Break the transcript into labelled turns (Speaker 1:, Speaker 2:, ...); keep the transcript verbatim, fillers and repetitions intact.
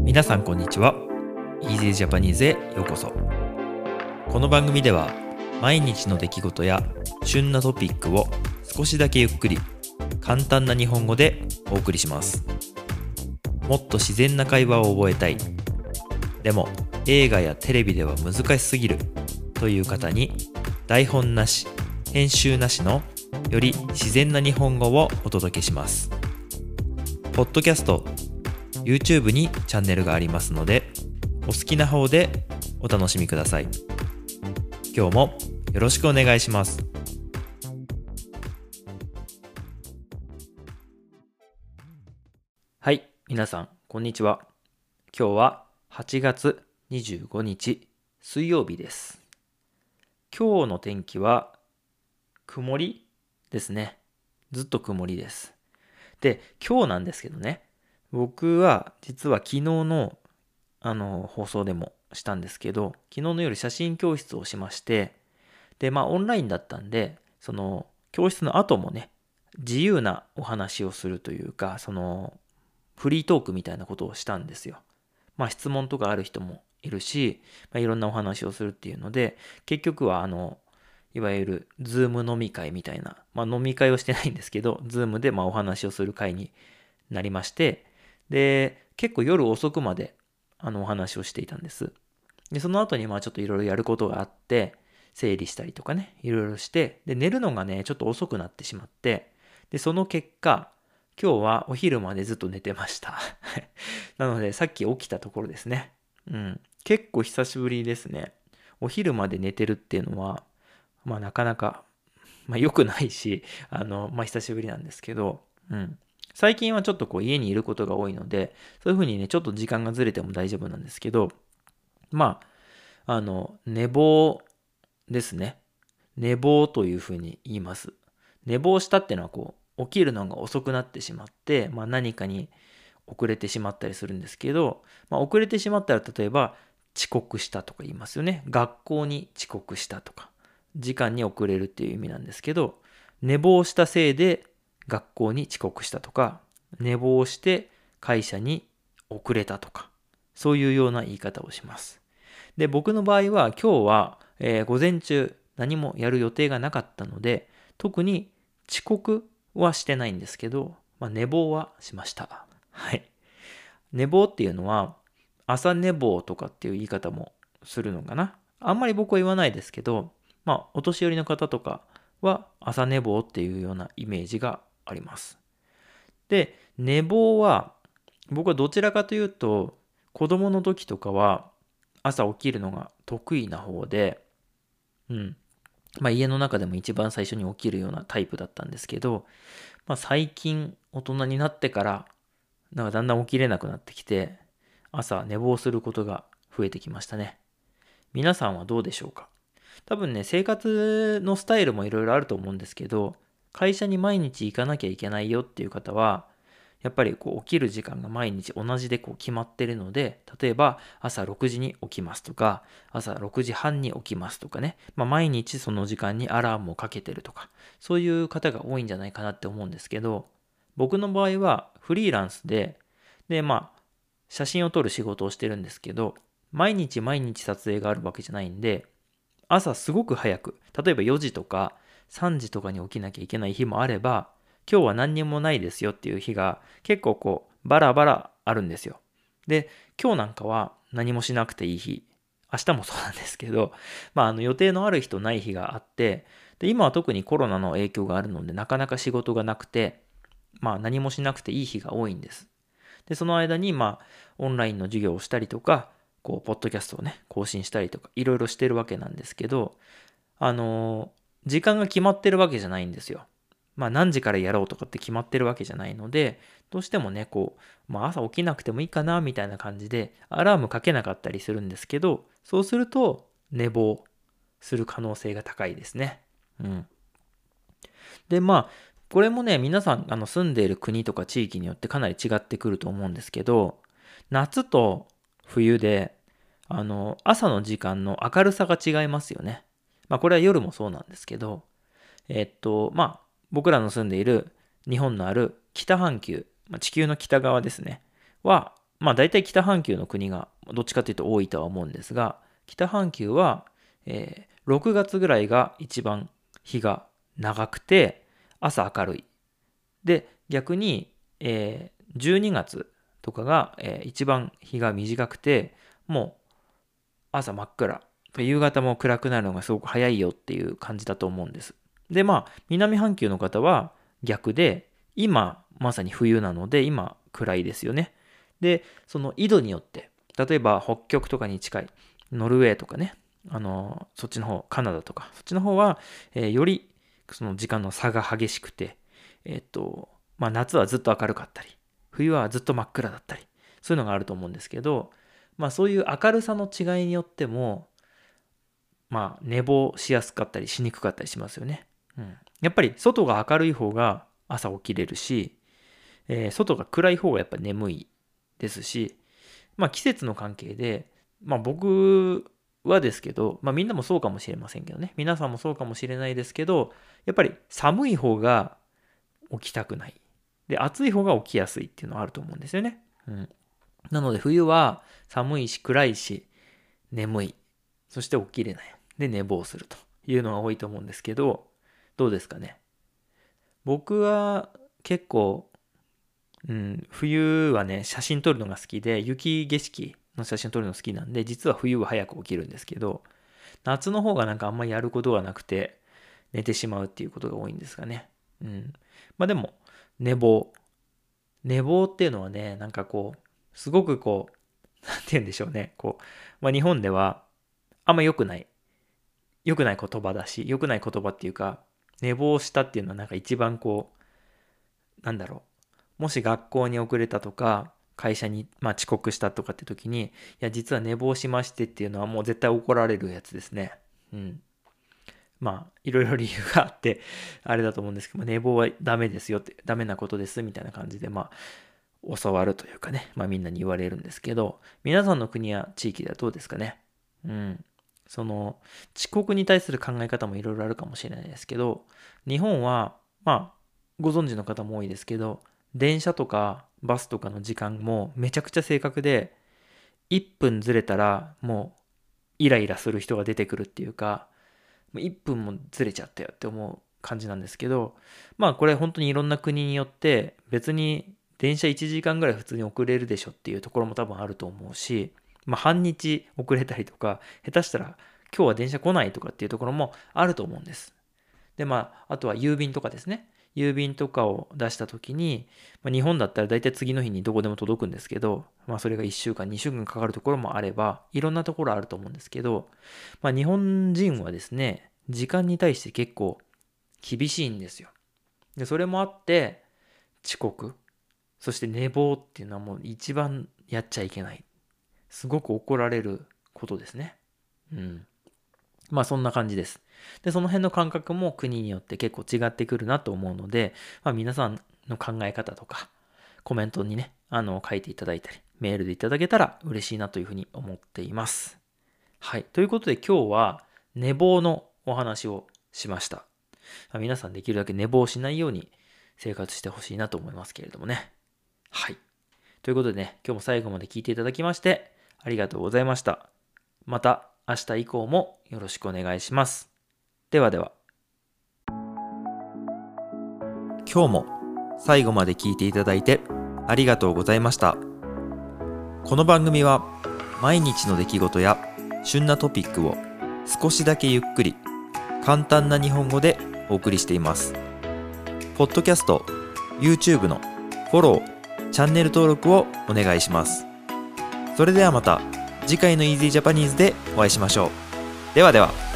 Speaker 1: 皆さんこんにちは。 Easy Japanese へようこそ。この番組では毎日の出来事や旬なトピックを少しだけゆっくり簡単な日本語でお送りします。もっと自然な会話を覚えたい、でも映画やテレビでは難しすぎるという方に、台本なし編集なしのより自然な日本語をお届けします。ポッドキャスト、YouTube にチャンネルがありますので、お好きな方でお楽しみください。今日もよろしくお願いします。はい、皆さんこんにちは。今日ははちがつにじゅうごにち水曜日です。今日の天気は曇りですね。ずっと曇りです。で、今日なんですけどね、僕は実は昨日のあの放送でもしたんですけど、昨日の夜写真教室をしまして、でまあオンラインだったんで、その教室の後もね、自由なお話をするというか、そのフリートークみたいなことをしたんですよ。まあ質問とかある人もいるし、まあ、いろんなお話をするっていうので、結局はあのいわゆるズーム飲み会みたいな、まあ飲み会をしてないんですけど、ズームでまあお話をする会になりまして、で結構夜遅くまであのお話をしていたんです。でその後にまあちょっといろいろやることがあって、整理したりとかね、いろいろして、で寝るのがねちょっと遅くなってしまって、でその結果今日はお昼までずっと寝てましたなのでさっき起きたところですね。うん、結構久しぶりですね。お昼まで寝てるっていうのはまあなかなかまあ良くないし、あのまあ久しぶりなんですけど、うん。最近はちょっとこう家にいることが多いので、そういう風にねちょっと時間がずれても大丈夫なんですけど、まああの寝坊ですね。寝坊という風に言います。寝坊したっていうのはこう起きるのが遅くなってしまって、まあ、何かに遅れてしまったりするんですけど、まあ、遅れてしまったら例えば遅刻したとか言いますよね。学校に遅刻したとか、時間に遅れるっていう意味なんですけど、寝坊したせいで学校に遅刻したとか、寝坊して会社に遅れたとか、そういうような言い方をします。で、僕の場合は今日は、えー午前中何もやる予定がなかったので、特に遅刻はしてないんですけど、まあ、寝坊はしました。はい。寝坊っていうのは、朝寝坊とかっていう言い方もするのかな。あんまり僕は言わないですけど、まあ、お年寄りの方とかは朝寝坊っていうようなイメージがあります。で、寝坊は、僕はどちらかというと、子供の時とかは朝起きるのが得意な方で、うん。まあ家の中でも一番最初に起きるようなタイプだったんですけど、まあ最近大人になってから、なんかだんだん起きれなくなってきて、朝寝坊することが増えてきましたね。皆さんはどうでしょうか？多分ね、生活のスタイルもいろいろあると思うんですけど、会社に毎日行かなきゃいけないよっていう方は、やっぱりこう起きる時間が毎日同じでこう決まってるので、例えば朝ろくじに起きますとか、朝ろくじはんに起きますとかね、まあ、毎日その時間にアラームをかけてるとか、そういう方が多いんじゃないかなって思うんですけど、僕の場合はフリーランスで、でまあ写真を撮る仕事をしてるんですけど、毎日毎日撮影があるわけじゃないんで、朝すごく早く、例えばよじとかさんじとかに起きなきゃいけない日もあれば、今日は何にもないですよっていう日が結構こうバラバラあるんですよ。で、今日なんかは何もしなくていい日、明日もそうなんですけど、まああの予定のある日とない日があって、で今は特にコロナの影響があるのでなかなか仕事がなくて、まあ何もしなくていい日が多いんです。で、その間にまあオンラインの授業をしたりとか、こうポッドキャストをね更新したりとかいろいろしてるわけなんですけど、あの時間が決まってるわけじゃないんですよ。まあ何時からやろうとかって決まってるわけじゃないので、どうしてもね、こう、まあ朝起きなくてもいいかなみたいな感じで、アラームかけなかったりするんですけど、そうすると寝坊する可能性が高いですね。うん。で、まあ、これもね、皆さんあの住んでいる国とか地域によってかなり違ってくると思うんですけど、夏と冬で、あの、朝の時間の明るさが違いますよね。まあこれは夜もそうなんですけど、えっと、まあ、僕らの住んでいる日本のある北半球、まあ、地球の北側ですね、は、 まあ大体北半球の国がどっちかというと多いとは思うんですが、北半球は、えー、ろくがつぐらいが一番日が長くて朝明るい。で、逆に、えー、じゅうにがつとかが、えー、一番日が短くて、もう朝真っ暗。夕方も暗くなるのがすごく早いよっていう感じだと思うんです。で、まあ、南半球の方は逆で、今まさに冬なので、今暗いですよね。で、その緯度によって、例えば北極とかに近いノルウェーとかね、あの、そっちの方、カナダとか、そっちの方は、えー、よりその時間の差が激しくて、えっと、まあ夏はずっと明るかったり、冬はずっと真っ暗だったり、そういうのがあると思うんですけど、まあそういう明るさの違いによっても、まあ寝坊しやすかったりしにくかったりしますよね。うん、やっぱり外が明るい方が朝起きれるし、えー、外が暗い方がやっぱ眠いですし、まあ季節の関係で、まあ僕はですけど、まあみんなもそうかもしれませんけどね。皆さんもそうかもしれないですけど、やっぱり寒い方が起きたくない。で、暑い方が起きやすいっていうのはあると思うんですよね。うん。なので冬は寒いし暗いし眠い。そして起きれない。で、寝坊するというのが多いと思うんですけど、どうですかね。僕は結構、うん、冬はね、写真撮るのが好きで、雪景色の写真撮るの好きなんで、実は冬は早く起きるんですけど、夏の方がなんかあんまりやることがなくて、寝てしまうっていうことが多いんですかね。うん。まあでも、寝坊。寝坊っていうのはね、なんかこう、すごくこう、なんて言うんでしょうね。こう、まあ日本では、あんま良くない。良くない言葉だし、良くない言葉っていうか、寝坊したっていうのはなんか一番こう、なんだろう。もし学校に遅れたとか、会社に、まあ、遅刻したとかって時に、いや、実は寝坊しましてっていうのはもう絶対怒られるやつですね。うん。まあ、いろいろ理由があって、あれだと思うんですけど、寝坊はダメですよって、ダメなことですみたいな感じで、まあ、教わるというかね、まあみんなに言われるんですけど、皆さんの国や地域ではどうですかね。うん。その、遅刻に対する考え方もいろいろあるかもしれないですけど、日本は、まあ、ご存知の方も多いですけど、電車とかバスとかの時間もめちゃくちゃ正確で、いっぷんずれたらもうイライラする人が出てくるっていうか、いっぷんもずれちゃったよって思う感じなんですけど、まあこれ本当にいろんな国によって別に電車いちじかんぐらい普通に遅れるでしょっていうところも多分あると思うし、まあ半日遅れたりとか、下手したら今日は電車来ないとかっていうところもあると思うんです。でまあ、あとは郵便とかですね。郵便とかを出した時に、まあ、日本だったら大体次の日にどこでも届くんですけど、まあそれがいっしゅうかん、にしゅうかんかかるところもあれば、いろんなところあると思うんですけど、まあ日本人はですね、時間に対して結構厳しいんですよ。で、それもあって、遅刻、そして寝坊っていうのはもう一番やっちゃいけない。すごく怒られることですね。うん。まあそんな感じです。で、その辺の感覚も国によって結構違ってくるなと思うので、まあ皆さんの考え方とか、コメントにね、あの、書いていただいたり、メールでいただけたら嬉しいなというふうに思っています。はい。ということで今日は寝坊のお話をしました。皆さんできるだけ寝坊しないように生活してほしいなと思いますけれどもね。はい。ということでね、今日も最後まで聞いていただきましてありがとうございました。また明日以降もよろしくお願いします。ではでは。今日も最後まで聞いていただいてありがとうございました。この番組は毎日の出来事や旬なトピックを少しだけゆっくり簡単な日本語でお送りしています。ポッドキャスト、YouTube のフォロー、チャンネル登録をお願いします。それではまた次回の Easy Japanese でお会いしましょう。ではでは。